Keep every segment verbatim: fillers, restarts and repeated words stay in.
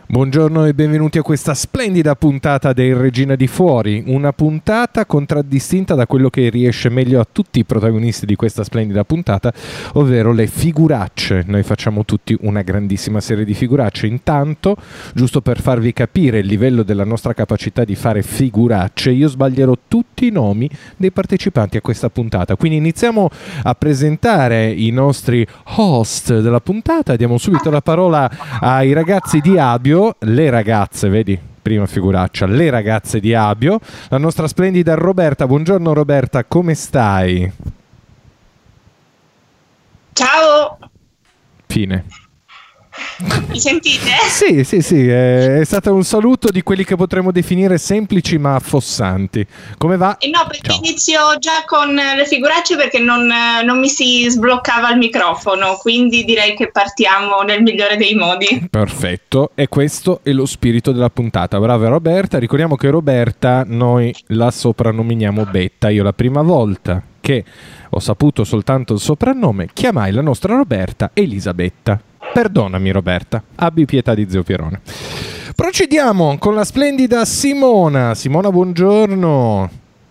Buongiorno e benvenuti a questa splendida puntata del Regina di Fuori, una puntata contraddistinta da quello che riesce meglio a tutti i protagonisti di questa splendida puntata, ovvero le figuracce. Noi facciamo tutti una grandissima serie di figuracce. Intanto, giusto per farvi capire il livello della nostra capacità di fare figuracce, io sbaglierò tutti i nomi dei partecipanti a questa puntata. Quindi iniziamo a presentare i nostri host della puntata. Diamo subito la parola ai ragazzi di Abio. Le ragazze, vedi, prima figuraccia, le ragazze di Abio, la nostra splendida Roberta. Buongiorno Roberta, come stai? Ciao! Fine. Mi sentite? Sì, sì, sì, è, è stato un saluto di quelli che potremmo definire semplici ma affossanti. Come va? Eh no, perché Ciao. inizio già con le figuracce perché non, non mi si sbloccava il microfono, quindi direi che partiamo nel migliore dei modi. Perfetto, e questo è lo spirito della puntata. Brava Roberta, ricordiamo che Roberta noi la soprannominiamo Betta. Io la prima volta che ho saputo soltanto il soprannome chiamai la nostra Roberta Elisabetta. Perdonami Roberta, abbi pietà di zio Pierone. Procediamo con la splendida Simona. Simona, buongiorno.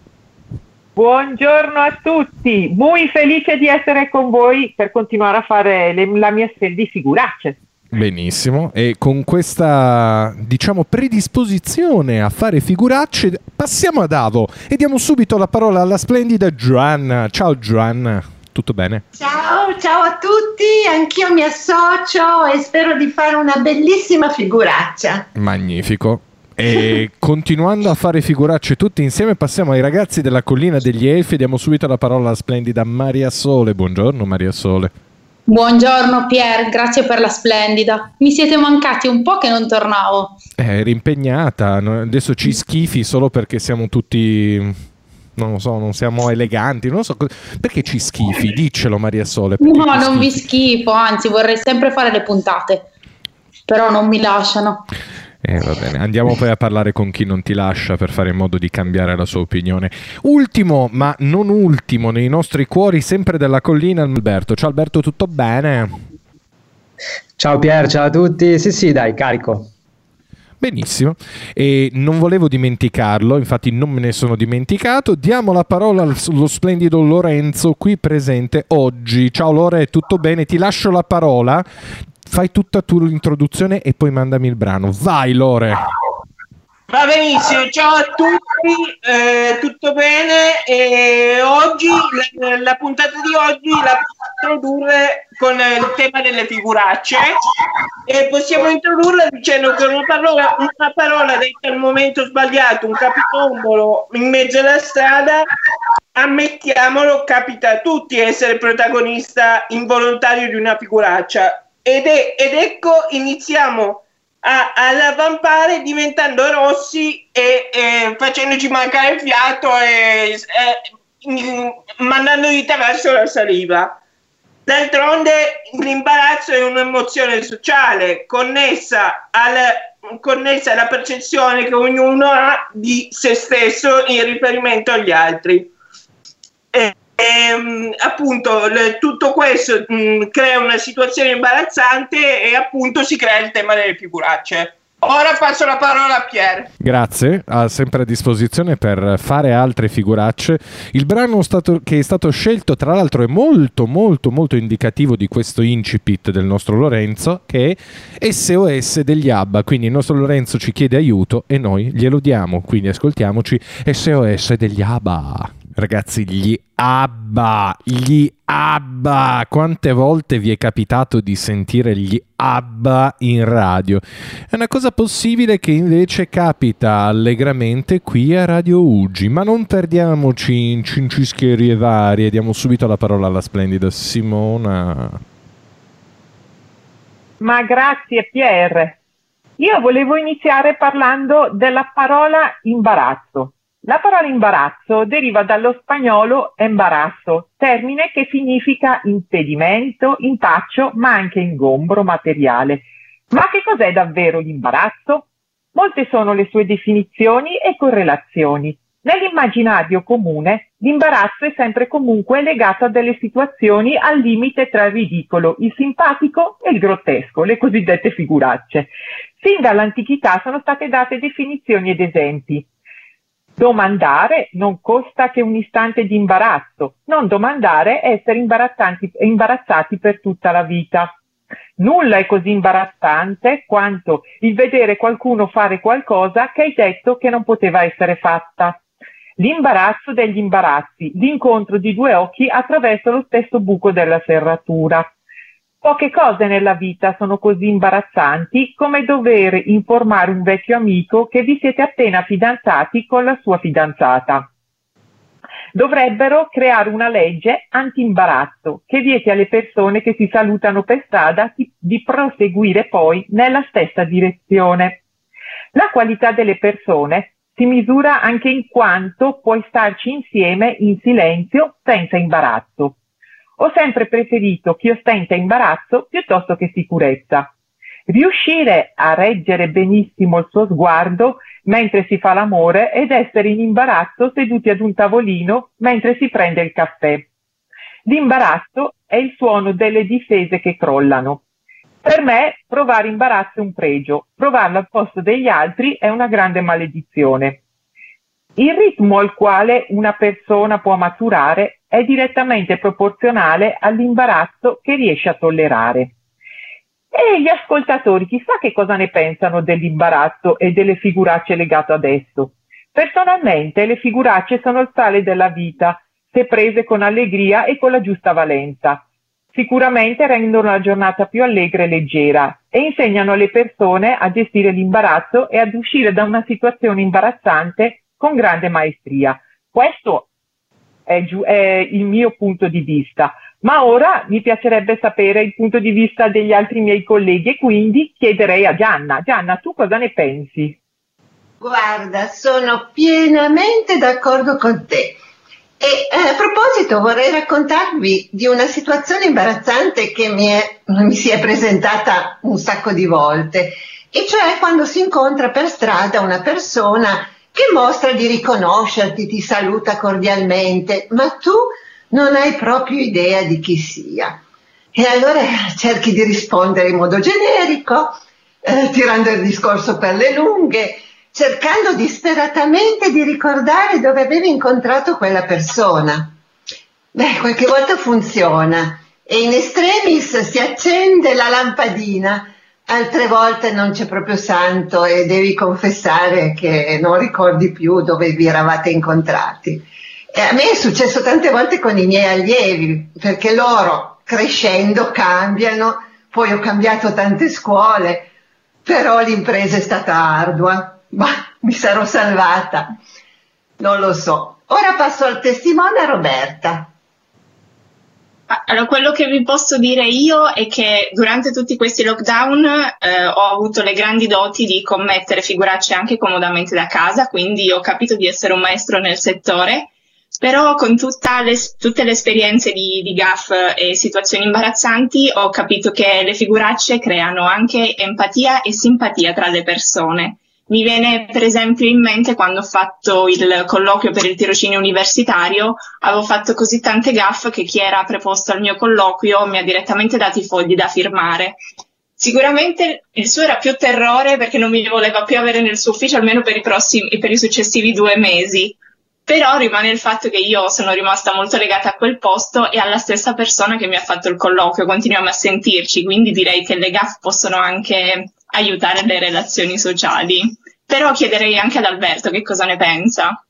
Buongiorno a tutti, muy felice di essere con voi per continuare a fare le, la mia serie di figuracce. Benissimo, e con questa, diciamo, predisposizione a fare figuracce passiamo ad Avo e diamo subito la parola alla splendida Gianna. Ciao Gianna, tutto bene? Ciao, ciao a tutti, anch'io mi associo e spero di fare una bellissima figuraccia. Magnifico. E continuando a fare figuracce tutti insieme passiamo ai ragazzi della Collina degli Elfi e diamo subito la parola alla splendida Maria Sole. Buongiorno Maria Sole. Buongiorno Pier, grazie per la splendida. Mi siete mancati un po' che non tornavo. Eh, eri impegnata, adesso ci schifi solo perché siamo tutti, non lo so, non siamo eleganti, non lo so. Perché ci schifi? Diccelo Maria Sole. No, non vi schifo, anzi vorrei sempre fare le puntate, però non mi lasciano. Eh, va bene, andiamo poi a parlare con chi non ti lascia per fare in modo di cambiare la sua opinione. Ultimo, ma non ultimo, nei nostri cuori sempre della collina, Alberto. Ciao Alberto, tutto bene? Ciao Pier, ciao a tutti. Sì, sì, dai, carico. Benissimo, e non volevo dimenticarlo, infatti non me ne sono dimenticato. Diamo la parola allo splendido Lorenzo qui presente oggi. Ciao Lore, tutto bene? Ti lascio la parola. Fai tutta tu l'introduzione e poi mandami il brano. Vai Lore! Va benissimo, ciao a tutti, eh, tutto bene? E oggi, la, la puntata di oggi la possiamo introdurre con il tema delle figuracce e possiamo introdurla dicendo che una parola, una parola detta al momento sbagliato, un capitombolo in mezzo alla strada, ammettiamolo, capita a tutti essere protagonista involontario di una figuraccia. Ed, è, ed ecco iniziamo a, ad avvampare diventando rossi e, e facendoci mancare il fiato e, e mandandogli attraverso la saliva. D'altronde l'imbarazzo è un'emozione sociale connessa, al, connessa alla percezione che ognuno ha di se stesso in riferimento agli altri. E, E, appunto le, tutto questo mh, crea una situazione imbarazzante e appunto si crea il tema delle figuracce. Ora passo la parola a Pier. Grazie, ha sempre a disposizione per fare altre figuracce. Il brano stato, che è stato scelto tra l'altro è molto molto molto indicativo di questo incipit del nostro Lorenzo, che è S O S degli ABBA. Quindi il nostro Lorenzo ci chiede aiuto e noi glielo diamo, quindi ascoltiamoci S O S degli ABBA. Ragazzi, gli ABBA, gli ABBA, quante volte vi è capitato di sentire gli ABBA in radio? È una cosa possibile che invece capita allegramente qui a Radio Uggi, ma non perdiamoci in cincischerie varie, diamo subito la parola alla splendida Simona. Ma grazie Pier. Io volevo iniziare parlando della parola imbarazzo. La parola imbarazzo deriva dallo spagnolo embarazo, termine che significa impedimento, impaccio, ma anche ingombro materiale. Ma che cos'è davvero l'imbarazzo? Molte sono le sue definizioni e correlazioni. Nell'immaginario comune, l'imbarazzo è sempre comunque legato a delle situazioni al limite tra il ridicolo, il simpatico e il grottesco, le cosiddette figuracce. Sin dall'antichità sono state date definizioni ed esempi. Domandare non costa che un istante di imbarazzo, non domandare è essere imbarazzanti, imbarazzati per tutta la vita. Nulla è così imbarazzante quanto il vedere qualcuno fare qualcosa che hai detto che non poteva essere fatta. L'imbarazzo degli imbarazzi, l'incontro di due occhi attraverso lo stesso buco della serratura. Poche cose nella vita sono così imbarazzanti come dover informare un vecchio amico che vi siete appena fidanzati con la sua fidanzata. Dovrebbero creare una legge anti-imbarazzo che vieti alle persone che si salutano per strada di, di proseguire poi nella stessa direzione. La qualità delle persone si misura anche in quanto puoi starci insieme in silenzio senza imbarazzo. Ho sempre preferito chi ostenta imbarazzo piuttosto che sicurezza. Riuscire a reggere benissimo il suo sguardo mentre si fa l'amore ed essere in imbarazzo seduti ad un tavolino mentre si prende il caffè. L'imbarazzo è il suono delle difese che crollano. Per me provare imbarazzo è un pregio, provarlo al posto degli altri è una grande maledizione. Il ritmo al quale una persona può maturare è direttamente proporzionale all'imbarazzo che riesce a tollerare. E gli ascoltatori chissà che cosa ne pensano dell'imbarazzo e delle figuracce legate ad esso. Personalmente le figuracce sono il sale della vita, se prese con allegria e con la giusta valenza. Sicuramente rendono la giornata più allegra e leggera e insegnano alle persone a gestire l'imbarazzo e ad uscire da una situazione imbarazzante con grande maestria. Questo è, giu- è il mio punto di vista, ma ora mi piacerebbe sapere il punto di vista degli altri miei colleghi e quindi chiederei a Gianna. Gianna, tu cosa ne pensi? Guarda, sono pienamente d'accordo con te. E eh, a proposito vorrei raccontarvi di una situazione imbarazzante che mi, è, mi si è presentata un sacco di volte, e cioè quando si incontra per strada una persona che mostra di riconoscerti, ti saluta cordialmente, ma tu non hai proprio idea di chi sia. E allora cerchi di rispondere in modo generico, eh, tirando il discorso per le lunghe, cercando disperatamente di ricordare dove avevi incontrato quella persona. Beh, qualche volta funziona e in extremis si accende la lampadina, altre volte non c'è proprio santo e devi confessare che non ricordi più dove vi eravate incontrati. E a me è successo tante volte con i miei allievi, perché loro crescendo cambiano, poi ho cambiato tante scuole, però l'impresa è stata ardua. Ma mi sarò salvata, non lo so. Ora passo al testimone a Roberta. Allora, quello che vi posso dire io è che durante tutti questi lockdown eh, ho avuto le grandi doti di commettere figuracce anche comodamente da casa, quindi ho capito di essere un maestro nel settore, però con tutta le, tutte le esperienze di, di gaffe e situazioni imbarazzanti ho capito che le figuracce creano anche empatia e simpatia tra le persone. Mi viene per esempio in mente quando ho fatto il colloquio per il tirocinio universitario, avevo fatto così tante gaffe che chi era preposto al mio colloquio mi ha direttamente dato i fogli da firmare. Sicuramente il suo era più terrore perché non mi voleva più avere nel suo ufficio almeno per i, prossimi, per i successivi due mesi. Però rimane il fatto che io sono rimasta molto legata a quel posto e alla stessa persona che mi ha fatto il colloquio, continuiamo a sentirci, quindi direi che le gaffe possono anche aiutare le relazioni sociali. Però chiederei anche ad Alberto che cosa ne pensa.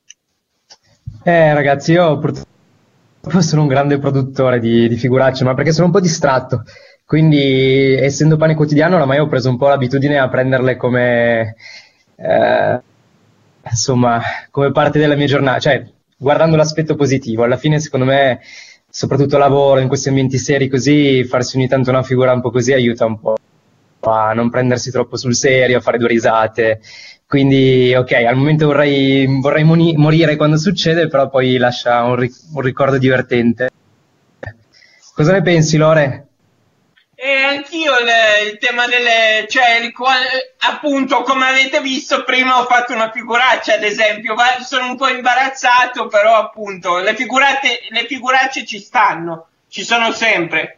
Eh ragazzi, io purtroppo sono un grande produttore di, di figuracce, ma perché sono un po' distratto, quindi essendo pane quotidiano oramai ho preso un po' l'abitudine a prenderle come eh, insomma come parte della mia giornata, cioè guardando l'aspetto positivo. Alla fine secondo me, soprattutto lavoro in questi ambienti seri così, farsi ogni tanto una figura un po' così aiuta un po' a non prendersi troppo sul serio, a fare due risate. Quindi ok, al momento vorrei, vorrei moni- morire quando succede, però poi lascia un, ric- un ricordo divertente. Cosa ne pensi, Lore? E anch'io il, il tema delle, cioè il, appunto, come avete visto prima ho fatto una figuraccia, ad esempio, sono un po' imbarazzato, però appunto le figurate, le figuracce ci stanno, ci sono sempre.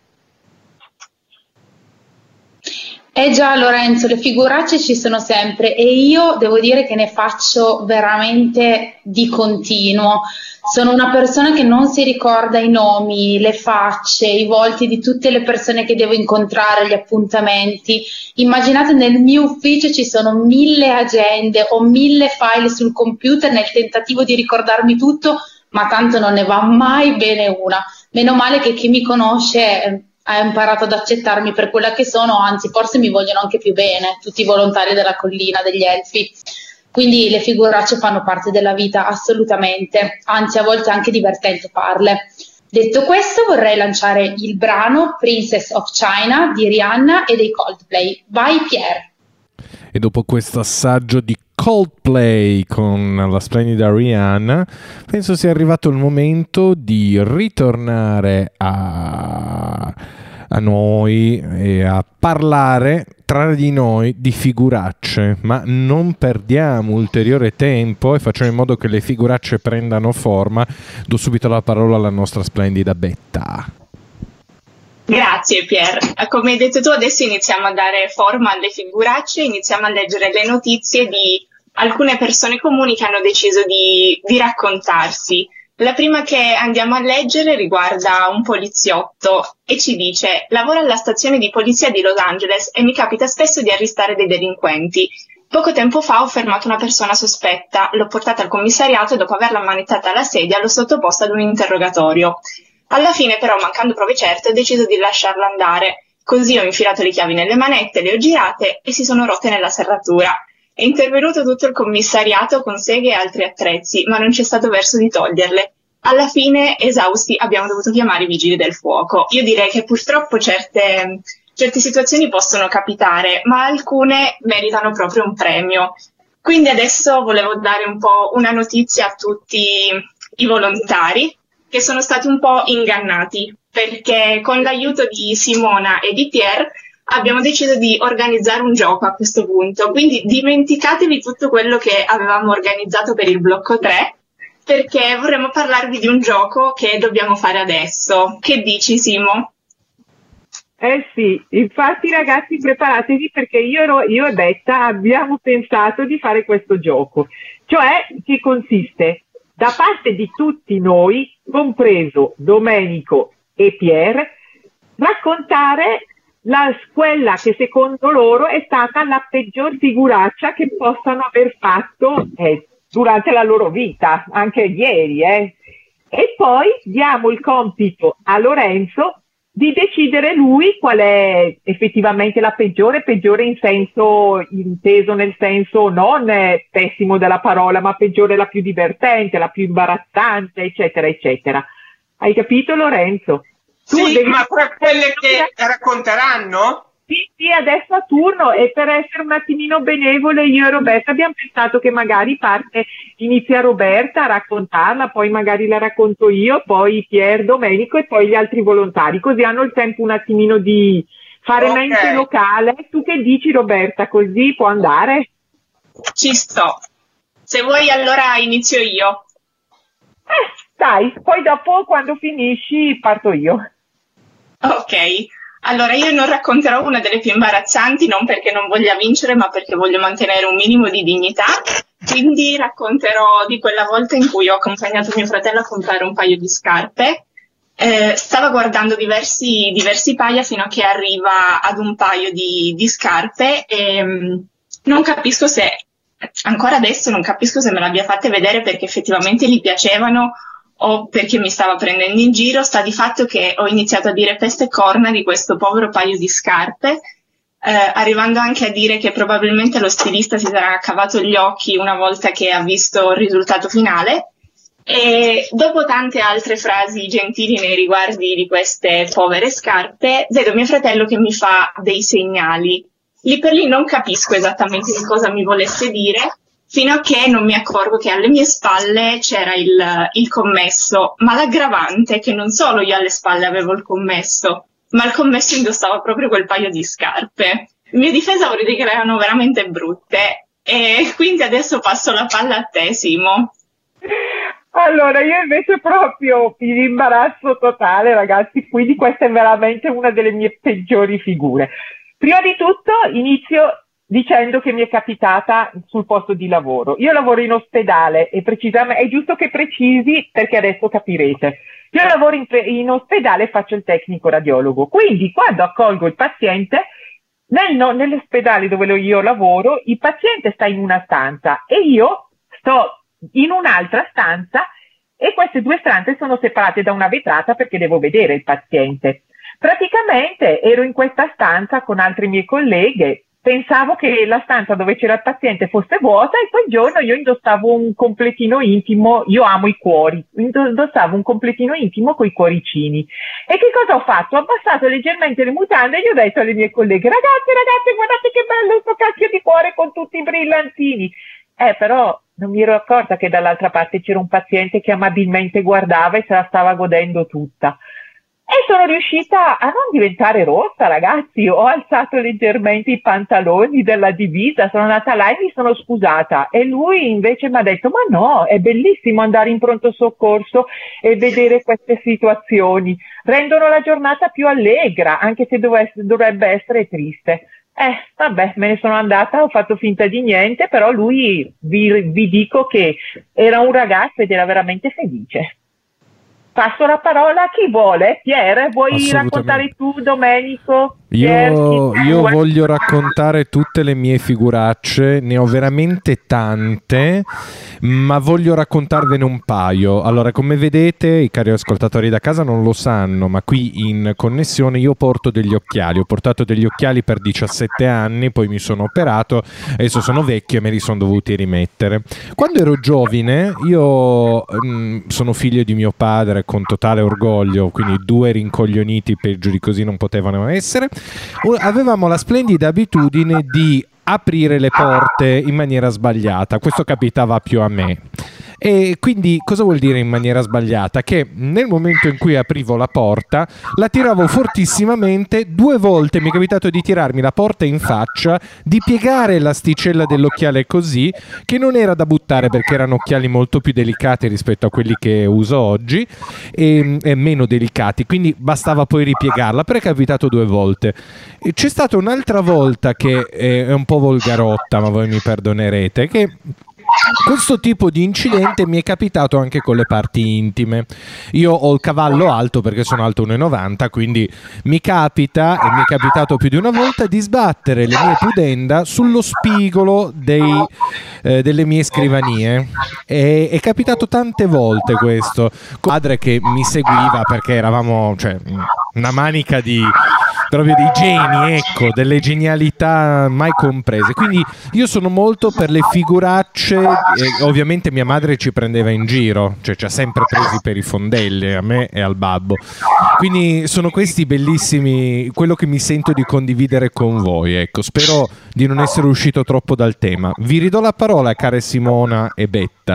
Eh già Lorenzo, le figuracce ci sono sempre e io devo dire che ne faccio veramente di continuo. Sono una persona che non si ricorda i nomi, le facce, i volti di tutte le persone che devo incontrare, gli appuntamenti. Immaginate, nel mio ufficio ci sono mille agende o mille file sul computer nel tentativo di ricordarmi tutto, ma tanto non ne va mai bene una. Meno male che chi mi conosce eh, ha imparato ad accettarmi per quella che sono, anzi forse mi vogliono anche più bene, tutti i volontari della collina degli Elfi. Quindi le figuracce fanno parte della vita, assolutamente, anzi a volte è anche divertente farle. Detto questo, vorrei lanciare il brano Princess of China di Rihanna e dei Coldplay. Vai Pier! E dopo questo assaggio di Coldplay con la splendida Rihanna, penso sia arrivato il momento di ritornare a, a noi e a parlare tra di noi di figuracce, ma non perdiamo ulteriore tempo e facciamo in modo che le figuracce prendano forma. Do subito la parola alla nostra splendida Betta. Grazie Pier. Come hai detto tu, adesso iniziamo a dare forma alle figuracce, iniziamo a leggere le notizie di alcune persone comuni che hanno deciso di, di raccontarsi. La prima che andiamo a leggere riguarda un poliziotto e ci dice: lavoro alla stazione di polizia di Los Angeles e mi capita spesso di arrestare dei delinquenti. Poco tempo fa ho fermato una persona sospetta, l'ho portata al commissariato e dopo averla manettata alla sedia l'ho sottoposta ad un interrogatorio. Alla fine però, mancando prove certe, ho deciso di lasciarla andare. Così ho infilato le chiavi nelle manette, le ho girate e si sono rotte nella serratura. È intervenuto tutto il commissariato con seghe e altri attrezzi, ma non c'è stato verso di toglierle. Alla fine, esausti, abbiamo dovuto chiamare i vigili del fuoco. Io direi che purtroppo certe, certe situazioni possono capitare, ma alcune meritano proprio un premio. Quindi adesso volevo dare un po' una notizia a tutti i volontari che sono stati un po' ingannati, perché con l'aiuto di Simona e di Pier abbiamo deciso di organizzare un gioco a questo punto, quindi dimenticatevi tutto quello che avevamo organizzato per il blocco tre, perché vorremmo parlarvi di un gioco che dobbiamo fare adesso. Che dici, Simo? Eh sì, infatti ragazzi preparatevi perché io, ero, io e Betta abbiamo pensato di fare questo gioco, cioè che consiste da parte di tutti noi, compreso Domenico e Pier, raccontare la, quella che secondo loro è stata la peggior figuraccia che possano aver fatto eh, durante la loro vita, anche ieri. Eh. E poi diamo il compito a Lorenzo di decidere lui qual è effettivamente la peggiore, peggiore in senso inteso nel senso non pessimo della parola, ma peggiore la più divertente, la più imbarazzante, eccetera, eccetera. Hai capito, Lorenzo? Tu sì, devi... ma per quelle che racconteranno? Sì, sì, adesso a turno, e per essere un attimino benevole io e Roberta abbiamo pensato che magari parte, inizia Roberta a raccontarla, poi magari la racconto io, poi Pier, Domenico e poi gli altri volontari, così hanno il tempo un attimino di fare okay. mente locale. Tu che dici, Roberta, così può andare? Ci sto. Se vuoi allora inizio io. Eh, dai, poi dopo quando finisci parto io. Ok. Allora, io non racconterò una delle più imbarazzanti, non perché non voglia vincere, ma perché voglio mantenere un minimo di dignità. Quindi racconterò di quella volta in cui ho accompagnato mio fratello a comprare un paio di scarpe. Eh, stava guardando diversi, diversi paia fino a che arriva ad un paio di, di scarpe e mh, non capisco se, ancora adesso non capisco se me l'abbia fatte vedere perché effettivamente gli piacevano o perché mi stava prendendo in giro. Sta di fatto che ho iniziato a dire peste e corna di questo povero paio di scarpe, eh, arrivando anche a dire che probabilmente lo stilista si sarà cavato gli occhi una volta che ha visto il risultato finale. E dopo tante altre frasi gentili nei riguardi di queste povere scarpe, vedo mio fratello che mi fa dei segnali. Lì per lì non capisco esattamente che cosa mi volesse dire, fino a che non mi accorgo che alle mie spalle c'era il, il commesso, ma l'aggravante è che non solo io alle spalle avevo il commesso, ma il commesso indossava proprio quel paio di scarpe. In mia difesa vorrei dire che erano veramente brutte, e quindi adesso passo la palla a te, Simo. Allora, io invece proprio in imbarazzo totale, ragazzi, quindi questa è veramente una delle mie peggiori figure. Prima di tutto inizio dicendo che mi è capitata sul posto di lavoro. Io lavoro in ospedale e precisamente, è giusto che precisi perché adesso capirete. Io lavoro in, in ospedale e faccio il tecnico radiologo, quindi quando accolgo il paziente, nel, no, nell'ospedale dove io lavoro, il paziente sta in una stanza e io sto in un'altra stanza, e queste due stanze sono separate da una vetrata perché devo vedere il paziente. Praticamente ero in questa stanza con altre mie colleghe, pensavo che la stanza dove c'era il paziente fosse vuota, e quel giorno io indossavo un completino intimo, io amo i cuori, indossavo un completino intimo con i cuoricini. E che cosa ho fatto? Ho abbassato leggermente le mutande e gli ho detto alle mie colleghe: ragazzi, ragazzi, guardate che bello sto cacchio di cuore con tutti i brillantini. Eh, però non mi ero accorta che dall'altra parte c'era un paziente che amabilmente guardava e se la stava godendo tutta. E sono riuscita a non diventare rossa, ragazzi. Ho alzato leggermente i pantaloni della divisa, sono andata là e mi sono scusata. E lui invece mi ha detto: ma no, è bellissimo andare in pronto soccorso e vedere queste situazioni. Rendono la giornata più allegra, anche se dov- dovrebbe essere triste. Eh, vabbè, me ne sono andata, ho fatto finta di niente, però lui, vi, vi dico che era un ragazzo ed era veramente felice. Passo la parola a chi vuole. Pier, vuoi raccontare tu, Domenico? Pier, Io, io voglio raccontare tutte le mie figuracce, ne ho veramente tante, ma voglio raccontarvene un paio. Allora, come vedete, i cari ascoltatori da casa non lo sanno, ma qui in connessione io porto degli occhiali. Ho portato degli occhiali per diciassette anni, poi mi sono operato, adesso sono vecchio e me li sono dovuti rimettere. Quando ero giovane, io mh, sono figlio di mio padre con totale orgoglio, quindi due rincoglioniti, peggio di così non potevano essere. Avevamo la splendida abitudine di aprire le porte in maniera sbagliata. Questo capitava più a me. E quindi cosa vuol dire in maniera sbagliata? Che nel momento in cui aprivo la porta la tiravo fortissimamente, due volte mi è capitato di tirarmi la porta in faccia, di piegare l'asticella dell'occhiale così, che non era da buttare perché erano occhiali molto più delicati rispetto a quelli che uso oggi e, e meno delicati, quindi bastava poi ripiegarla, però è capitato due volte. E c'è stata un'altra volta che è un po' volgarotta, ma voi mi perdonerete, che questo tipo di incidente mi è capitato anche con le parti intime. Io ho il cavallo alto perché sono alto uno e novanta, quindi mi capita, e mi è capitato più di una volta, di sbattere le mie pudenda sullo spigolo dei, eh, delle mie scrivanie. E, è capitato tante volte questo. Padre che mi seguiva perché eravamo, cioè, una manica di proprio dei geni, ecco, delle genialità mai comprese. Quindi io sono molto per le figuracce. E ovviamente mia madre ci prendeva in giro, cioè ci ha sempre presi per i fondelli, a me e al babbo. Quindi sono questi bellissimi, quello che mi sento di condividere con voi, ecco. Spero di non essere uscito troppo dal tema. Vi ridò la parola, care Simona e Betta.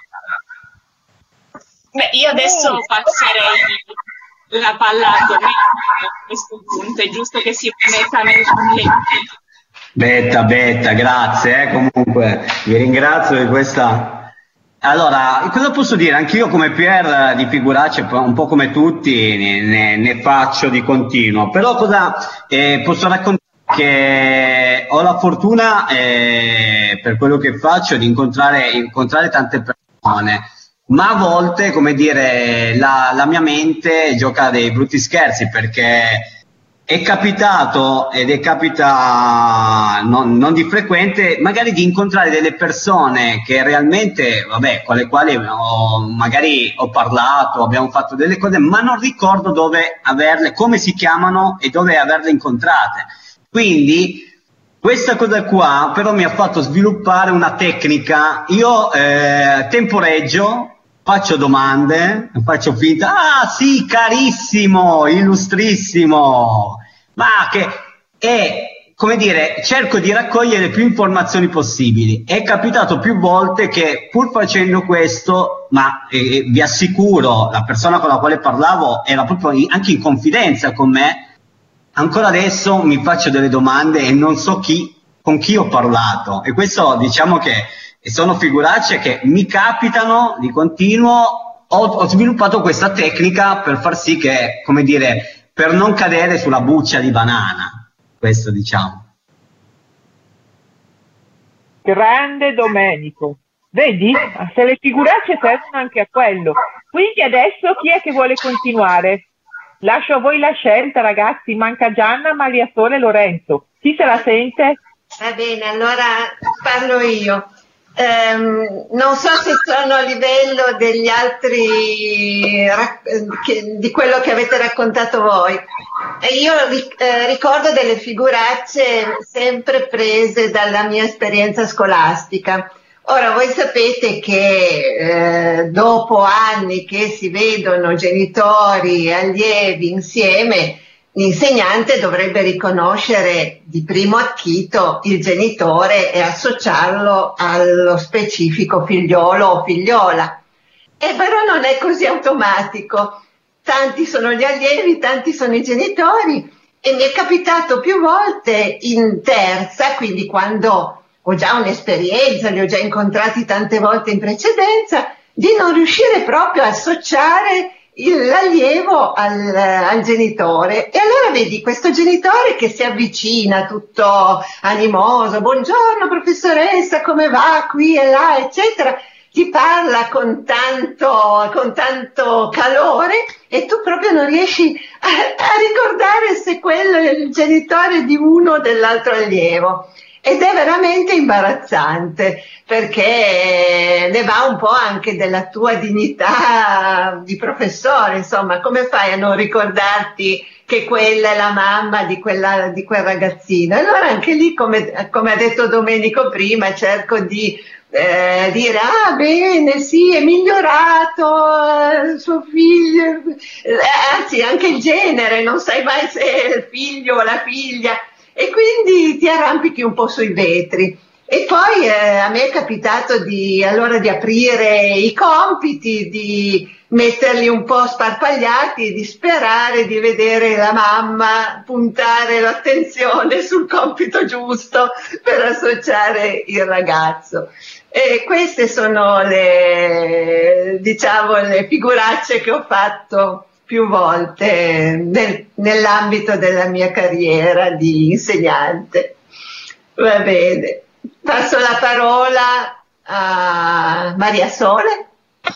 Beh, io adesso passerei la palla a Domenico a questo punto. È giusto che si metta nel commento. Betta, Betta, grazie, eh, comunque vi ringrazio di questa. Allora, cosa posso dire? Anch'io come Pier di figuracce, un po' come tutti, ne, ne, ne faccio di continuo, però cosa eh, posso raccontare? Che ho la fortuna, eh, per quello che faccio, di incontrare, incontrare tante persone, ma a volte, come dire, la, la mia mente gioca dei brutti scherzi, perché è capitato, ed è capita non, non di frequente, magari di incontrare delle persone che realmente, vabbè, con le quali ho, magari ho parlato, abbiamo fatto delle cose, ma non ricordo dove averle, come si chiamano e dove averle incontrate. Quindi questa cosa qua però mi ha fatto sviluppare una tecnica. Io eh, temporeggio, faccio domande, faccio finta, ah sì, carissimo, illustrissimo, ma che è, come dire, cerco di raccogliere più informazioni possibili. È capitato più volte che pur facendo questo, ma eh, vi assicuro, la persona con la quale parlavo era proprio in, anche in confidenza con me, ancora adesso mi faccio delle domande e non so chi, con chi ho parlato, e questo diciamo che sono figuracce che mi capitano di continuo. Ho, ho sviluppato questa tecnica per far sì che, come dire, per non cadere sulla buccia di banana, questo diciamo. Grande Domenico, vedi? Se le figuracce servono anche a quello. Quindi adesso chi è che vuole continuare? Lascio a voi la scelta, ragazzi. Manca Gianna, Maria Sole e Lorenzo. Chi se la sente? Va bene, allora parlo io. Um, non so se sono a livello degli altri, che, di quello che avete raccontato voi. E io eh, ricordo delle figuracce sempre prese dalla mia esperienza scolastica. Ora, voi sapete che eh, dopo anni che si vedono genitori e allievi insieme, l'insegnante dovrebbe riconoscere di primo acchito il genitore e associarlo allo specifico figliolo o figliola. E però non è così automatico. Tanti sono gli allievi, tanti sono i genitori, e mi è capitato più volte in terza, quindi quando ho già un'esperienza, li ho già incontrati tante volte in precedenza, di non riuscire proprio a associare l'allievo al, al genitore. E allora vedi questo genitore che si avvicina tutto animoso: buongiorno professoressa, come va, qui e là, eccetera, ti parla con tanto, con tanto calore, e tu proprio non riesci a, a ricordare se quello è il genitore di uno o dell'altro allievo. Ed è veramente imbarazzante, perché ne va un po' anche della tua dignità di professore. Insomma, come fai a non ricordarti che quella è la mamma di, quella, di quel ragazzino? Allora anche lì, come, come ha detto Domenico prima, cerco di eh, dire: ah bene, sì, è migliorato eh, suo figlio, eh, anzi anche il genere, non sai mai se è il figlio o la figlia. E quindi ti arrampichi un po' sui vetri. E poi eh, a me è capitato di, allora, di aprire i compiti, di metterli un po' sparpagliati e di sperare di vedere la mamma puntare l'attenzione sul compito giusto per associare il ragazzo. E queste sono le, diciamo, le figuracce che ho fatto più volte nel, nell'ambito della mia carriera di insegnante. Va bene, passo la parola a Maria Sole.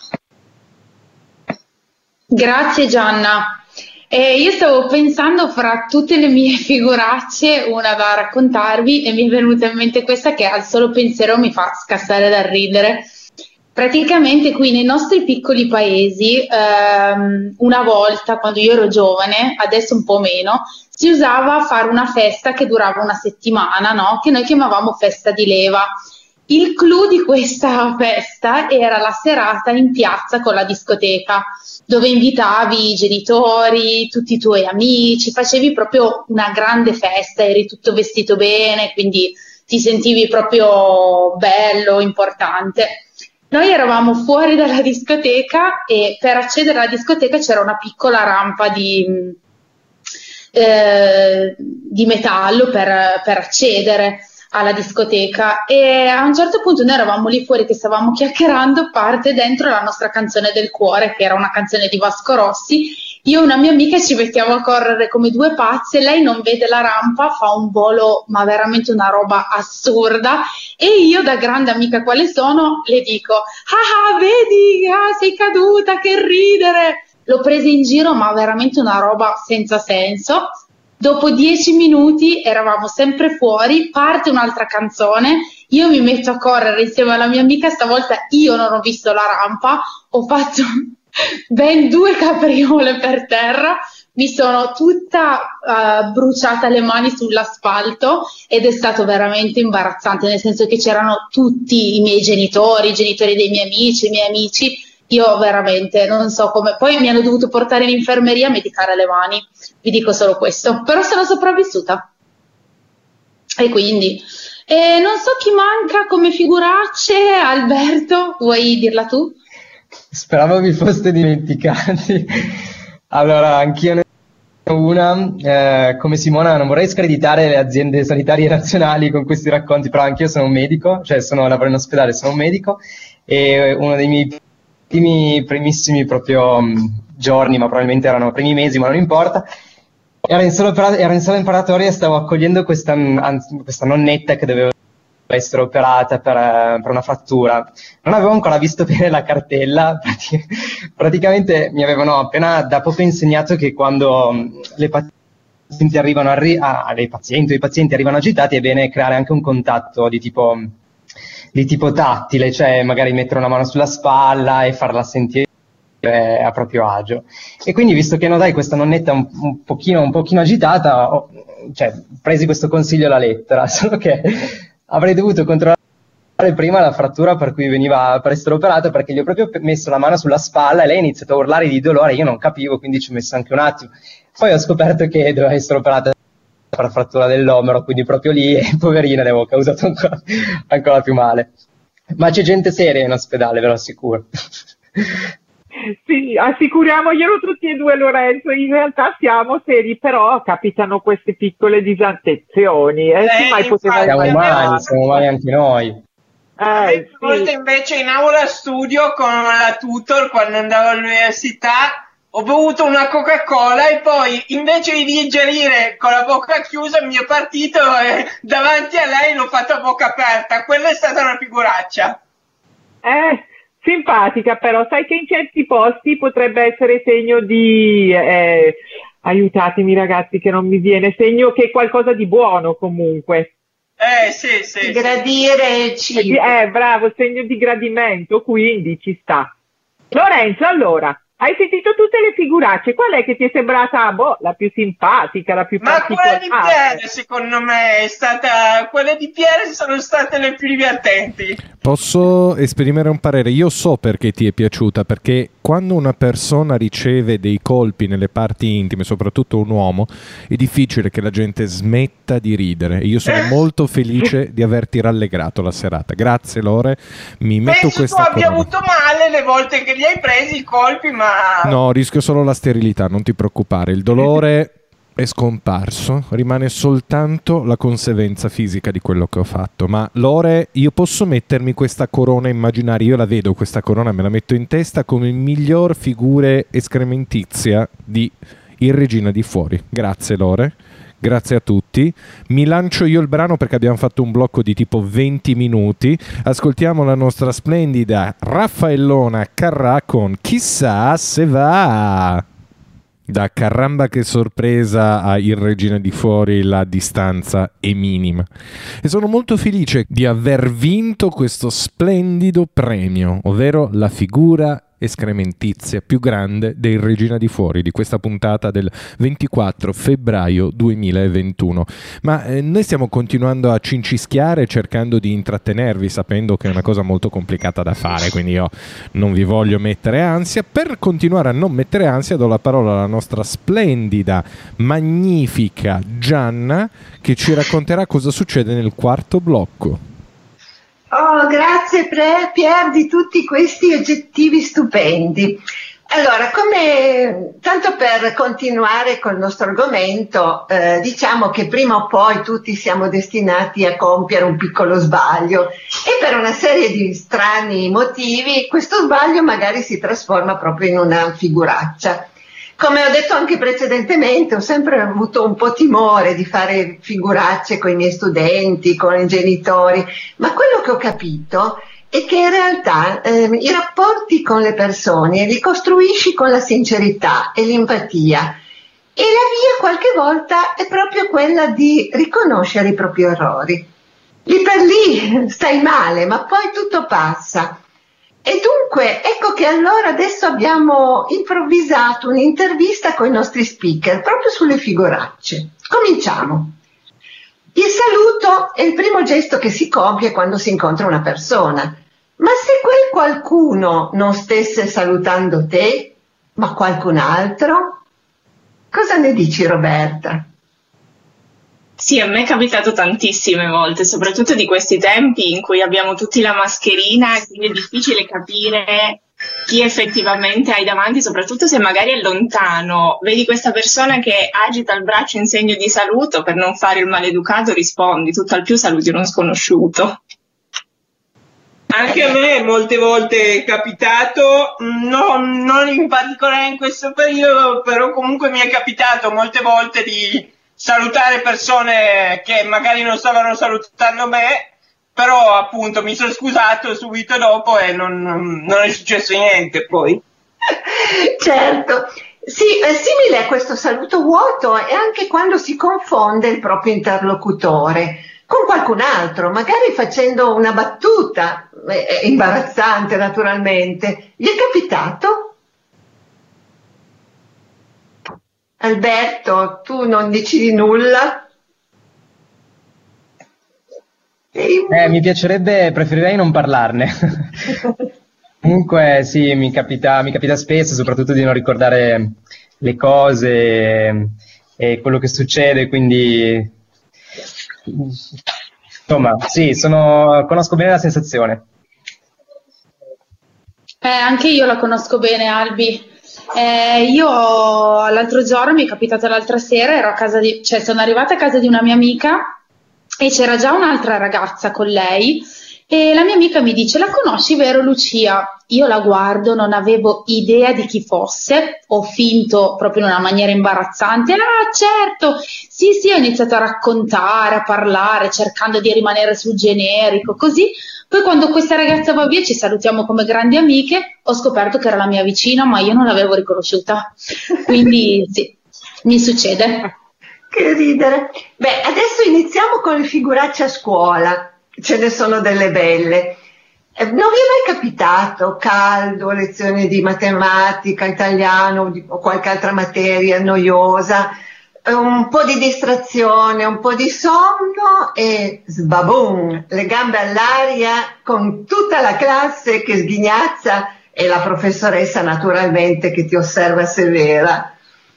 Grazie Gianna. Eh, io stavo pensando fra tutte le mie figuracce una da raccontarvi, e mi è venuta in mente questa che al solo pensiero mi fa scassare dal ridere. Praticamente qui nei nostri piccoli paesi, ehm, una volta quando io ero giovane, adesso un po' meno, si usava fare una festa che durava una settimana, no? Che noi chiamavamo festa di leva. Il clou di questa festa era la serata in piazza con la discoteca, dove invitavi i genitori, tutti i tuoi amici, facevi proprio una grande festa, eri tutto vestito bene, quindi ti sentivi proprio bello, importante. Noi eravamo fuori dalla discoteca e per accedere alla discoteca c'era una piccola rampa di, eh, di metallo per, per accedere alla discoteca, e a un certo punto noi eravamo lì fuori che stavamo chiacchierando, parte dentro la nostra canzone del cuore, che era una canzone di Vasco Rossi. Io e una mia amica ci mettiamo a correre come due pazze, lei non vede la rampa, fa un volo ma veramente una roba assurda, e io, da grande amica quale sono, le dico: ah, vedi, ah, sei caduta, che ridere. L'ho presa in giro, ma veramente una roba senza senso. Dopo dieci minuti eravamo sempre fuori, parte un'altra canzone, io mi metto a correre insieme alla mia amica, stavolta io non ho visto la rampa, ho fatto ben due capriole per terra, mi sono tutta uh, bruciata le mani sull'asfalto, ed è stato veramente imbarazzante, nel senso che c'erano tutti i miei genitori, i genitori dei miei amici, i miei amici. Io veramente non so come, poi mi hanno dovuto portare in infermeria a medicare le mani, vi dico solo questo, però sono sopravvissuta. E quindi e non so chi manca come figuracce. Alberto, vuoi dirla tu? Speravo vi foste dimenticati. Allora, anch'io ne una, eh, come Simona, non vorrei screditare le aziende sanitarie nazionali con questi racconti, però anch'io sono un medico, cioè sono, lavoro in ospedale, sono un medico, e uno dei miei primi, primissimi proprio um, giorni, ma probabilmente erano primi mesi, ma non importa, ero in sala, ero in sala imparatoria e stavo accogliendo questa, anzi, questa nonnetta che doveva essere operata per, per una frattura. Non avevo ancora visto bene la cartella, praticamente mi avevano appena da poco insegnato che quando le pazienti arrivano a, a, a, pazienti, i pazienti arrivano agitati è bene creare anche un contatto di tipo, di tipo tattile, cioè magari mettere una mano sulla spalla e farla sentire a proprio agio. E quindi, visto che no dai, questa nonnetta un, un pochino un pochino agitata, ho, cioè, presi questo consiglio alla lettera, solo che avrei dovuto controllare prima la frattura per cui veniva per essere operata, perché gli ho proprio messo la mano sulla spalla e lei ha iniziato a urlare di dolore, io non capivo, quindi ci ho messo anche un attimo. Poi ho scoperto che doveva essere operata per frattura dell'omero, quindi proprio lì, poverina, le avevo causato ancora, ancora più male. Ma c'è gente seria in ospedale, ve lo assicuro. Sì, assicuriamoglielo tutti e due, Lorenzo. In realtà siamo seri, però capitano queste piccole disattenzioni. Eh, eh, sì, mai poteva siamo umani, siamo umani anche noi. Eh, sì. Volte invece in aula studio con la tutor, quando andavo all'università, ho bevuto una Coca-Cola e poi, invece di digerire con la bocca chiusa il mio partito, eh, davanti a lei l'ho fatto a bocca aperta. Quella è stata una figuraccia. Eh... Simpatica, però sai che in certi posti potrebbe essere segno di, eh, aiutatemi ragazzi che non mi viene, segno che è qualcosa di buono comunque. Eh sì, sì. Gradire il cibo. Eh, bravo, segno di gradimento, quindi ci sta. Lorenzo, allora, hai sentito tutte le figuracce, qual è che ti è sembrata, boh, la più simpatica, la più Ma particolare? quella di Pierre, secondo me, è stata, quelle di Pierre sono state le più divertenti. Posso esprimere un parere? Io so perché ti è piaciuta, perché quando una persona riceve dei colpi nelle parti intime, soprattutto un uomo, è difficile che la gente smetta di ridere. E io sono molto felice di averti rallegrato la serata. Grazie Lore, mi metto Penso questa tu abbia corona. avuto male le volte che li hai presi i colpi, ma... No, rischio solo la sterilità, non ti preoccupare. Il dolore è scomparso, rimane soltanto la conseguenza fisica di quello che ho fatto. Ma Lore, io posso mettermi questa corona immaginaria, io la vedo questa corona, me la metto in testa come miglior figure escrementizia di Il Regina di Fuori. Grazie Lore, grazie a tutti. Mi lancio io il brano perché abbiamo fatto un blocco di tipo venti minuti. Ascoltiamo la nostra splendida Raffaellona Carrà con Chissà se va. Da caramba che sorpresa a Il Regina di Fuori la distanza è minima e sono molto felice di aver vinto questo splendido premio, ovvero la figura escrementizia più grande del Regina di Fuori di questa puntata del ventiquattro febbraio duemilaventuno. Ma eh, noi stiamo continuando a cincischiare cercando di intrattenervi, sapendo che è una cosa molto complicata da fare, quindi io non vi voglio mettere ansia. Per continuare a non mettere ansia do la parola alla nostra splendida, magnifica Gianna, che ci racconterà cosa succede nel quarto blocco. Oh, grazie Pier di tutti questi aggettivi stupendi. Allora, come tanto per continuare col nostro argomento, eh, diciamo che prima o poi tutti siamo destinati a compiere un piccolo sbaglio e per una serie di strani motivi questo sbaglio magari si trasforma proprio in una figuraccia. Come ho detto anche precedentemente, ho sempre avuto un po' timore di fare figuracce con i miei studenti, con i genitori, ma quello che ho capito è che in realtà eh, i rapporti con le persone li costruisci con la sincerità e l'empatia e la via qualche volta è proprio quella di riconoscere i propri errori. Lì per lì stai male, ma poi tutto passa. E dunque, ecco che allora adesso abbiamo improvvisato un'intervista con i nostri speaker proprio sulle figuracce. Cominciamo. Il saluto è il primo gesto che si compie quando si incontra una persona. Ma se quel qualcuno non stesse salutando te, ma qualcun altro? Cosa ne dici, Roberta? Sì, a me è capitato tantissime volte, soprattutto di questi tempi in cui abbiamo tutti la mascherina e quindi è difficile capire chi effettivamente hai davanti, soprattutto se magari è lontano, vedi questa persona che agita il braccio in segno di saluto, per non fare il maleducato rispondi, tutto al più saluti uno sconosciuto. Anche a me molte volte è capitato, no, non in particolare in questo periodo, però comunque mi è capitato molte volte di salutare persone che magari non stavano salutando me, però appunto mi sono scusato subito dopo e non, non è successo niente poi. Certo, sì, è simile a questo saluto vuoto è anche quando si confonde il proprio interlocutore con qualcun altro, magari facendo una battuta, eh, imbarazzante naturalmente. Gli è capitato? Alberto, tu non dici nulla? Eh, mi piacerebbe, preferirei non parlarne. Comunque sì, mi capita, mi capita spesso, soprattutto di non ricordare le cose e, e quello che succede, quindi insomma, sì, sono, conosco bene la sensazione. Eh, anche io la conosco bene, Albi. Eh, io l'altro giorno, mi è capitato l'altra sera, ero a casa di, cioè sono arrivata a casa di una mia amica e c'era già un'altra ragazza con lei e la mia amica mi dice: la conosci, vero Lucia? Io la guardo, non avevo idea di chi fosse, ho finto proprio in una maniera imbarazzante: ah certo, sì sì, ho iniziato a raccontare, a parlare, cercando di rimanere sul generico, così. Poi quando questa ragazza va via, ci salutiamo come grandi amiche, ho scoperto che era la mia vicina, ma io non l'avevo riconosciuta, quindi sì, mi succede. Che ridere. Beh, adesso iniziamo con le figuracce a scuola, ce ne sono delle belle. Non vi è mai capitato caldo, lezioni di matematica, italiano o qualche altra materia noiosa, un po' di distrazione, un po' di sonno e sbabum, le gambe all'aria con tutta la classe che sghignazza e la professoressa naturalmente che ti osserva severa?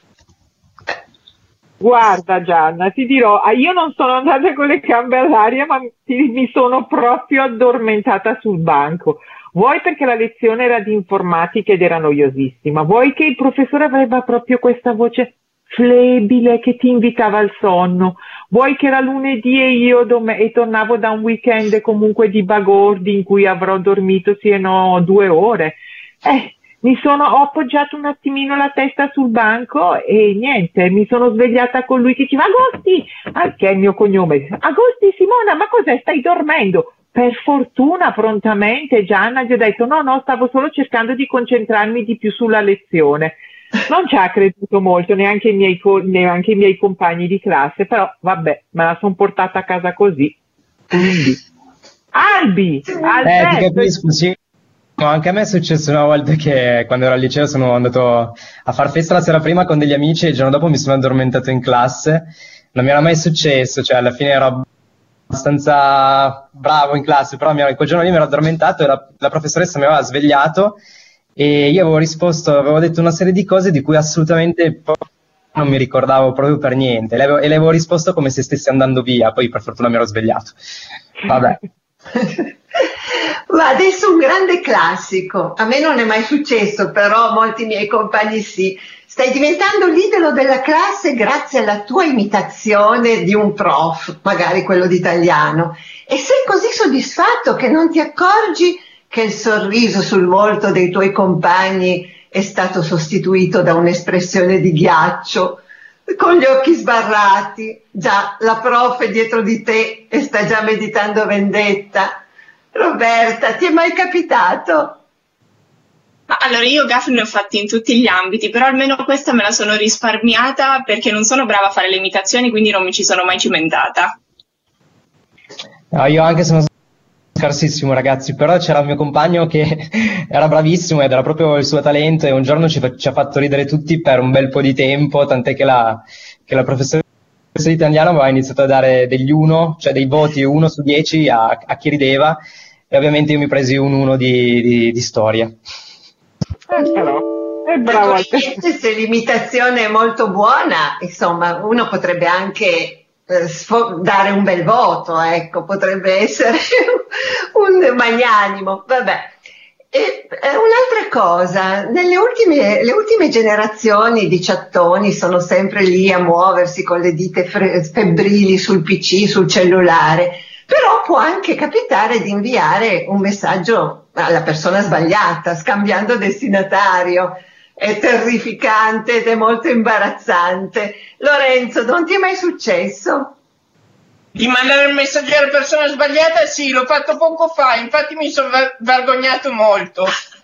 Guarda Gianna, ti dirò, io non sono andata con le gambe all'aria, ma mi sono proprio addormentata sul banco. Vuoi perché la lezione era di informatica ed era noiosissima, vuoi che il professore aveva proprio questa voce flebile che ti invitava al sonno, vuoi che era lunedì e io dom- e tornavo da un weekend comunque di bagordi in cui avrò dormito sì e no due ore. Eh, mi sono, ho appoggiato un attimino la testa sul banco e niente, mi sono svegliata con lui che diceva: Agosti, ah, che è il mio cognome, Agosti Simona, ma cos'è, stai dormendo? Per fortuna prontamente Gianna gli ho detto: no no, stavo solo cercando di concentrarmi di più sulla lezione. Non ci ha creduto molto neanche i miei, neanche i miei compagni di classe, però vabbè, me la sono portata a casa così. Quindi Albi, Alberto, eh, ti capisco, sì. No, anche a me è successo una volta che quando ero al liceo sono andato a far festa la sera prima con degli amici e il giorno dopo mi sono addormentato in classe. Non mi era mai successo, cioè alla fine ero abbastanza bravo in classe, però mi ero, quel giorno lì mi ero addormentato e la, la professoressa mi aveva svegliato e io avevo risposto, avevo detto una serie di cose di cui assolutamente non mi ricordavo proprio per niente e le avevo, e le avevo risposto come se stessi andando via, poi per fortuna mi ero svegliato. Vabbè. Ma adesso un grande classico, a me non è mai successo, però molti miei compagni sì. Stai diventando l'idolo della classe grazie alla tua imitazione di un prof, magari quello d'italiano, e sei così soddisfatto che non ti accorgi che il sorriso sul volto dei tuoi compagni è stato sostituito da un'espressione di ghiaccio, con gli occhi sbarrati. Già, la prof è dietro di te e sta già meditando vendetta. Roberta, ti è mai capitato? Ma allora, io gaffe ne ho fatti in tutti gli ambiti, però almeno questa me la sono risparmiata perché non sono brava a fare le imitazioni, quindi non mi ci sono mai cimentata. No, io anche sono scarsissimo, ragazzi, però c'era il mio compagno che era bravissimo ed era proprio il suo talento e un giorno ci, ci ha fatto ridere tutti per un bel po' di tempo, tant'è che la, che la professoressa di italiano aveva iniziato a dare degli uno, cioè dei voti uno su dieci a, a chi rideva e ovviamente io mi presi un uno di, di, di storia. Eh, però, è bravo. Se l'imitazione è molto buona, insomma, uno potrebbe anche eh, sfo- dare un bel voto, ecco, potrebbe essere un magnanimo. Vabbè. E eh, un'altra cosa, nelle ultime, le ultime generazioni di chattoni sono sempre lì a muoversi con le dita fre- febbrili sul P C, sul cellulare, però può anche capitare di inviare un messaggio alla persona sbagliata, scambiando destinatario. È terrificante ed è molto imbarazzante. Lorenzo, non ti è mai successo? Di mandare il messaggio alla persona sbagliata? Sì, l'ho fatto poco fa, infatti mi sono ver- vergognato molto.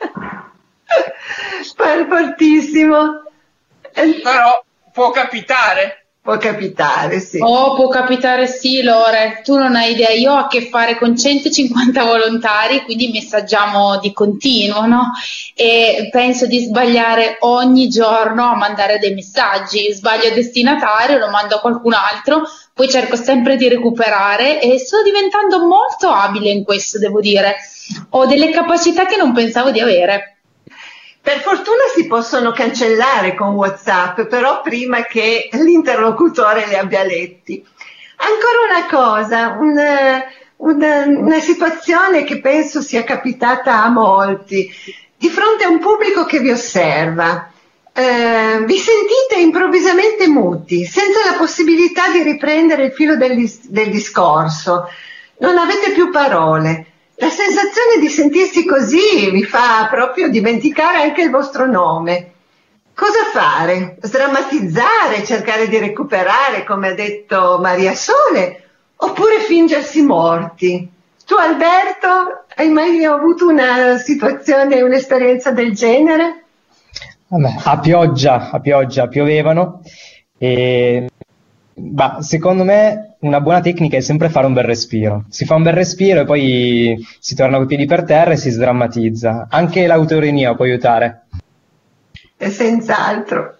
Pare fortissimo. Però può capitare. Può capitare, sì. Oh, può capitare, sì, Lore. Tu non hai idea. Io ho a che fare con centocinquanta volontari, quindi messaggiamo di continuo, no? E penso di sbagliare ogni giorno a mandare dei messaggi. Sbaglio destinatario, lo mando a qualcun altro, poi cerco sempre di recuperare e sto diventando molto abile in questo, devo dire. Ho delle capacità che non pensavo di avere. Per fortuna si possono cancellare con WhatsApp, però prima che l'interlocutore li abbia letti. Ancora una cosa, una, una, una situazione che penso sia capitata a molti. Di fronte a un pubblico che vi osserva, eh, vi sentite improvvisamente muti, senza la possibilità di riprendere il filo del, del discorso. Non avete più parole. La sensazione di sentirsi così vi fa proprio dimenticare anche il vostro nome. Cosa fare? Sdrammatizzare, cercare di recuperare, come ha detto Maria Sole, oppure fingersi morti? Tu, Alberto, hai mai avuto una situazione, un'esperienza del genere? Vabbè, a pioggia, a pioggia, piovevano e bah, secondo me una buona tecnica è sempre fare un bel respiro. Si fa un bel respiro e poi si torna coi piedi per terra e si sdrammatizza. Anche l'autoironia può aiutare. E senz'altro.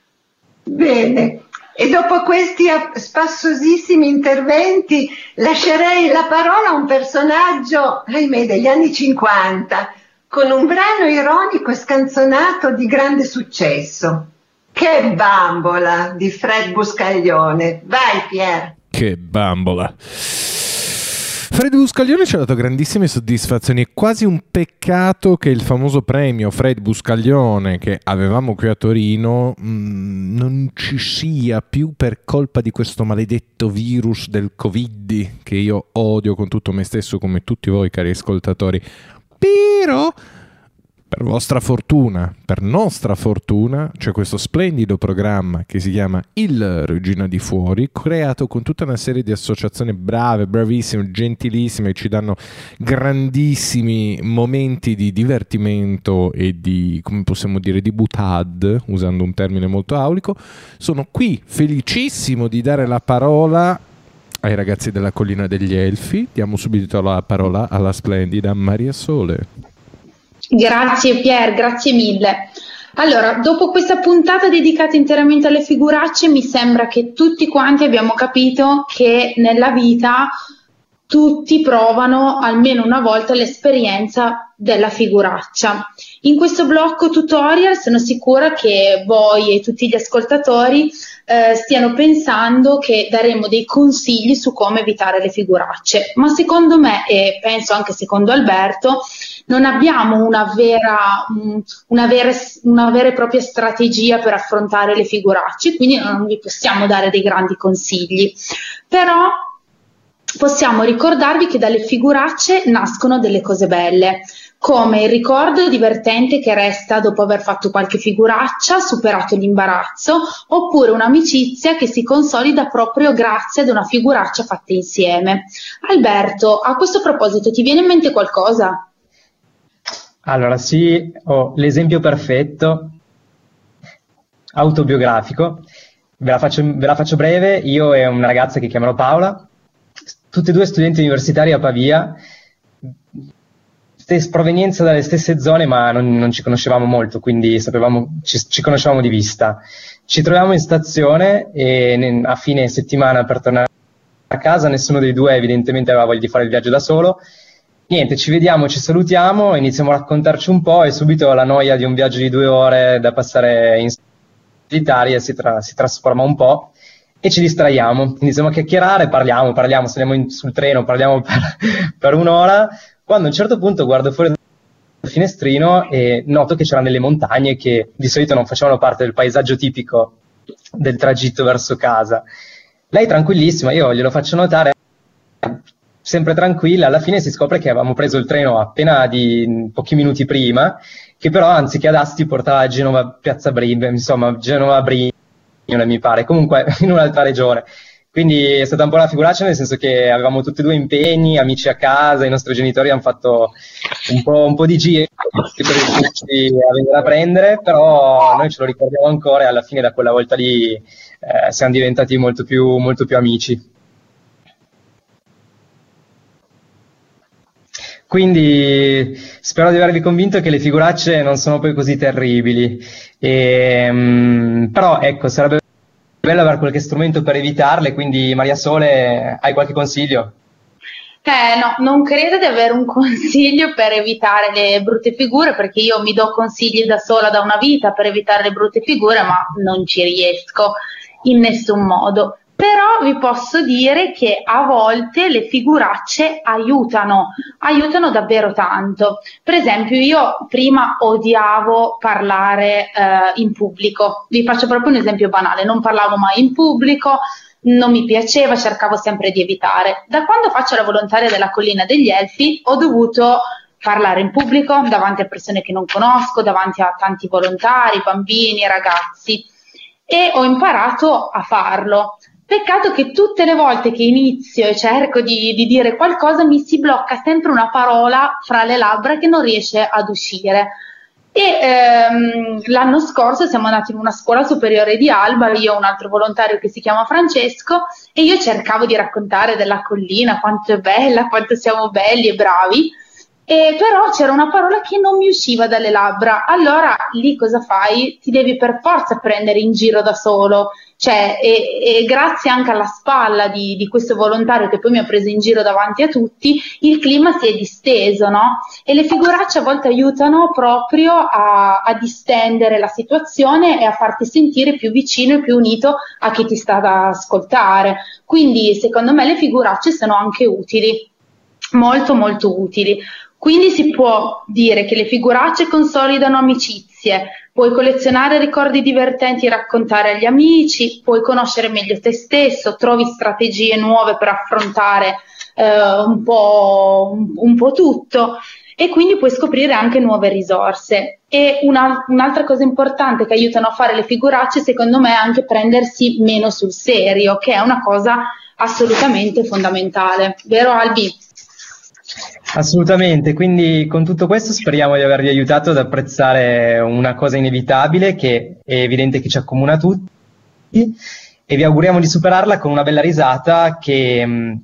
Bene. E dopo questi spassosissimi interventi lascerei la parola a un personaggio, ahimè, degli anni cinquanta, con un brano ironico e scanzonato di grande successo. Che bambola di Fred Buscaglione. Vai, Pier. Che bambola. Fred Buscaglione ci ha dato grandissime soddisfazioni. È quasi un peccato che il famoso premio Fred Buscaglione che avevamo qui a Torino mh, non ci sia più per colpa di questo maledetto virus del Covid che io odio con tutto me stesso, come tutti voi cari ascoltatori. Però per vostra fortuna, per nostra fortuna, c'è questo splendido programma che si chiama Il Regina di Fuori, creato con tutta una serie di associazioni brave, bravissime, gentilissime, che ci danno grandissimi momenti di divertimento e di, come possiamo dire, di butad, usando un termine molto aulico. Sono qui felicissimo di dare la parola ai ragazzi della Collina degli Elfi. Diamo subito la parola alla splendida Maria Sole. Grazie Pier, grazie mille. Allora, dopo questa puntata dedicata interamente alle figuracce, mi sembra che tutti quanti abbiamo capito che nella vita tutti provano almeno una volta l'esperienza della figuraccia. In questo blocco tutorial sono sicura che voi e tutti gli ascoltatori eh, stiano pensando che daremo dei consigli su come evitare le figuracce, ma secondo me, e penso anche secondo Alberto, non abbiamo una vera, una, vera, una vera e propria strategia per affrontare le figuracce, quindi non vi possiamo dare dei grandi consigli. Però possiamo ricordarvi che dalle figuracce nascono delle cose belle, come il ricordo divertente che resta dopo aver fatto qualche figuraccia, superato l'imbarazzo, oppure un'amicizia che si consolida proprio grazie ad una figuraccia fatta insieme. Alberto, a questo proposito ti viene in mente qualcosa? Allora sì, ho l'esempio perfetto, autobiografico, ve la faccio, ve la faccio breve. Io e una ragazza che chiamano Paola, tutte e due studenti universitari a Pavia, stessa provenienza dalle stesse zone, ma non, non ci conoscevamo molto, quindi sapevamo, ci, ci conoscevamo di vista. Ci troviamo in stazione e ne, a fine settimana per tornare a casa, nessuno dei due evidentemente aveva voglia di fare il viaggio da solo. Niente, ci vediamo, ci salutiamo, iniziamo a raccontarci un po' e subito la noia di un viaggio di due ore da passare in solitaria si, tra, si trasforma un po' e ci distraiamo, iniziamo a chiacchierare, parliamo, parliamo, saliamo in, sul treno, parliamo per, per un'ora, quando a un certo punto guardo fuori finestrino e noto che c'erano delle montagne che di solito non facevano parte del paesaggio tipico del tragitto verso casa. Lei tranquillissima, io glielo faccio notare, sempre tranquilla. Alla fine si scopre che avevamo preso il treno appena di pochi minuti prima, che però anziché ad Asti portava a Genova, Piazza Brindisi, insomma Genova Brindisi mi pare, comunque in un'altra regione. Quindi è stata un po' una figuraccia, nel senso che avevamo tutti e due impegni, amici a casa, i nostri genitori hanno fatto un po', un po' di giri per riuscirci a venire a prendere, però noi ce lo ricordiamo ancora e alla fine da quella volta lì eh, siamo diventati molto più, molto più amici. Quindi spero di avervi convinto che le figuracce non sono poi così terribili, e, um, però ecco, sarebbe bello avere qualche strumento per evitarle, quindi Maria Sole, hai qualche consiglio? Eh no, non credo di avere un consiglio per evitare le brutte figure, perché io mi do consigli da sola da una vita per evitare le brutte figure, ma non ci riesco in nessun modo. Però vi posso dire che a volte le figuracce aiutano, aiutano davvero tanto. Per esempio, io prima odiavo parlare eh, in pubblico. Vi faccio proprio un esempio banale: non parlavo mai in pubblico, non mi piaceva, cercavo sempre di evitare. Da quando faccio la volontaria della Collina degli Elfi ho dovuto parlare in pubblico davanti a persone che non conosco, davanti a tanti volontari, bambini, ragazzi, e ho imparato a farlo. Peccato che tutte le volte che inizio e cerco di, di dire qualcosa mi si blocca sempre una parola fra le labbra che non riesce ad uscire. E ehm, l'anno scorso siamo andati in una scuola superiore di Alba, io ho un altro volontario che si chiama Francesco, e io cercavo di raccontare della collina, quanto è bella, quanto siamo belli e bravi, e però c'era una parola che non mi usciva dalle labbra. Allora lì cosa fai? Ti devi per forza prendere in giro da solo, cioè, e, e grazie anche alla spalla di, di questo volontario che poi mi ha preso in giro davanti a tutti, il clima si è disteso, no? E le figuracce a volte aiutano proprio a, a distendere la situazione e a farti sentire più vicino e più unito a chi ti sta ad ascoltare. Quindi secondo me le figuracce sono anche utili, molto molto utili. Quindi si può dire che le figuracce consolidano amicizie, puoi collezionare ricordi divertenti e raccontare agli amici, puoi conoscere meglio te stesso, trovi strategie nuove per affrontare eh, un po', un, un po' tutto, e quindi puoi scoprire anche nuove risorse. E una, un'altra cosa importante che aiutano a fare le figuracce, secondo me, è anche prendersi meno sul serio, che è una cosa assolutamente fondamentale. Vero Albi? Assolutamente, quindi con tutto questo speriamo di avervi aiutato ad apprezzare una cosa inevitabile che è evidente che ci accomuna tutti, e vi auguriamo di superarla con una bella risata che,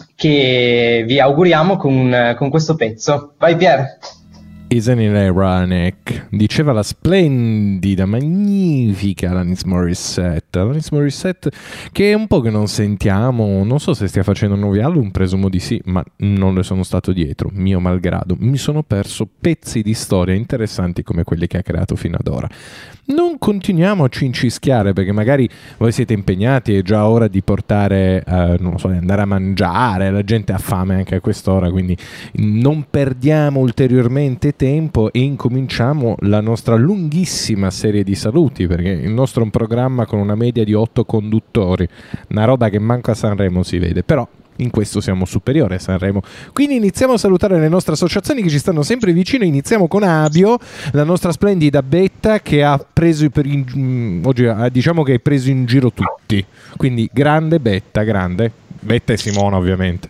che vi auguriamo con, con questo pezzo. Vai Pier! Isn't it ironic? Diceva la splendida, magnifica Alanis Morissette. Alanis Morissette, che è un po' che non sentiamo, non so se stia facendo nuovi album, presumo di sì, ma non le sono stato dietro, mio malgrado. Mi sono perso pezzi di storia interessanti come quelli che ha creato fino ad ora. Non continuiamo a cincischiare, perché magari voi siete impegnati, è già ora di portare, eh, non so, di andare a mangiare, la gente ha fame anche a quest'ora, quindi non perdiamo ulteriormente tempo e incominciamo la nostra lunghissima serie di saluti, perché il nostro è un programma con una media di otto conduttori, una roba che manco a Sanremo si vede, però in questo siamo superiori a Sanremo. Quindi iniziamo a salutare le nostre associazioni che ci stanno sempre vicino. Iniziamo con Abio, la nostra splendida Betta, che ha preso per in, oggi diciamo che ha preso in giro tutti, quindi grande Betta, grande Betta e Simona ovviamente.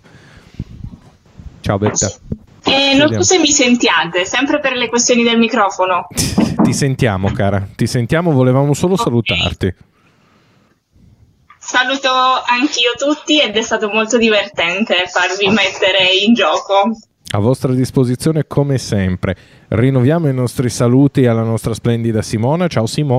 Ciao Betta. Eh, non so se mi sentiate, sempre per le questioni del microfono. Ti sentiamo cara, ti sentiamo, volevamo solo okay. salutarti. Saluto anch'io tutti ed è stato molto divertente farvi mettere in gioco. A vostra disposizione come sempre. Rinnoviamo i nostri saluti alla nostra splendida Simona. Ciao Simo.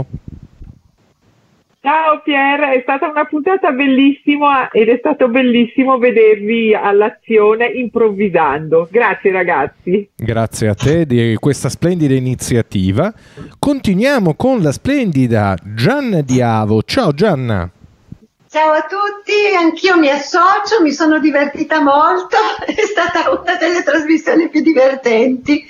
Ciao Pier, è stata una puntata bellissima ed è stato bellissimo vedervi all'azione improvvisando. Grazie ragazzi. Grazie a te di questa splendida iniziativa. Continuiamo con la splendida Gianna Diavo. Ciao Gianna. Ciao a tutti, anch'io mi associo, mi sono divertita molto, è stata una delle trasmissioni più divertenti.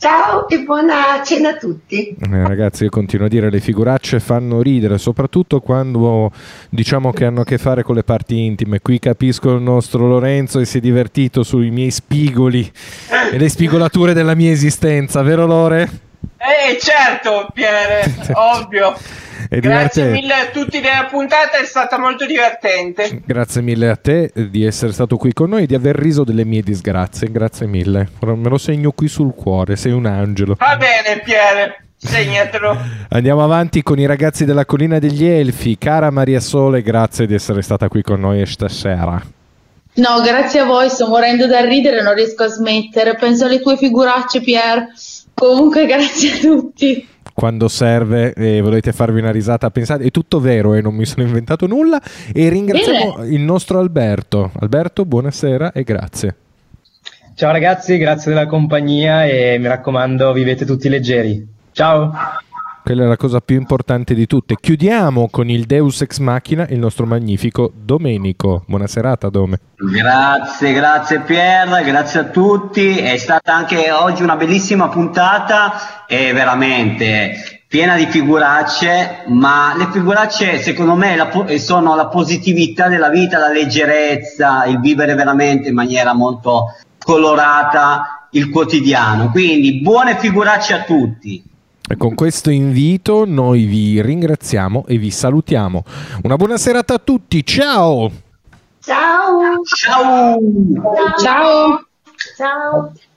Ciao e buona cena a tutti. Eh, ragazzi, io continuo a dire, le figuracce fanno ridere, soprattutto quando diciamo che hanno a che fare con le parti intime. Qui capisco il nostro Lorenzo e si è divertito sui miei spigoli e le spigolature della mia esistenza, vero Lore? Eh certo, Pierre, ovvio. È Grazie divertente. mille a tutti della puntata, è stata molto divertente. Grazie mille a te di essere stato qui con noi e di aver riso delle mie disgrazie. Grazie mille. Me lo segno qui sul cuore, sei un angelo. Va bene, Pierre, segnatelo. Andiamo avanti con i ragazzi della Collina degli Elfi. Cara Maria Sole, grazie di essere stata qui con noi stasera. No, grazie a voi, sto morendo da ridere, non riesco a smettere. Penso alle tue figuracce, Pier. Comunque, grazie a tutti. Quando serve e volete farvi una risata, pensate, è tutto vero e non mi sono inventato nulla. E ringraziamo Bene. il nostro Alberto. Alberto, buonasera e grazie. Ciao ragazzi, grazie della compagnia e mi raccomando, vivete tutti leggeri. Ciao! Quella è la cosa più importante di tutte. Chiudiamo con il Deus Ex Machina, il nostro magnifico Domenico. Buona serata, Dome. Grazie, grazie Pier, grazie a tutti. È stata anche oggi una bellissima puntata e veramente piena di figuracce, ma le figuracce secondo me la po- sono la positività della vita, la leggerezza, il vivere veramente in maniera molto colorata il quotidiano. Quindi buone figuracce a tutti. E con questo invito noi vi ringraziamo e vi salutiamo. Una buona serata a tutti, ciao! Ciao. Ciao! Ciao. Ciao.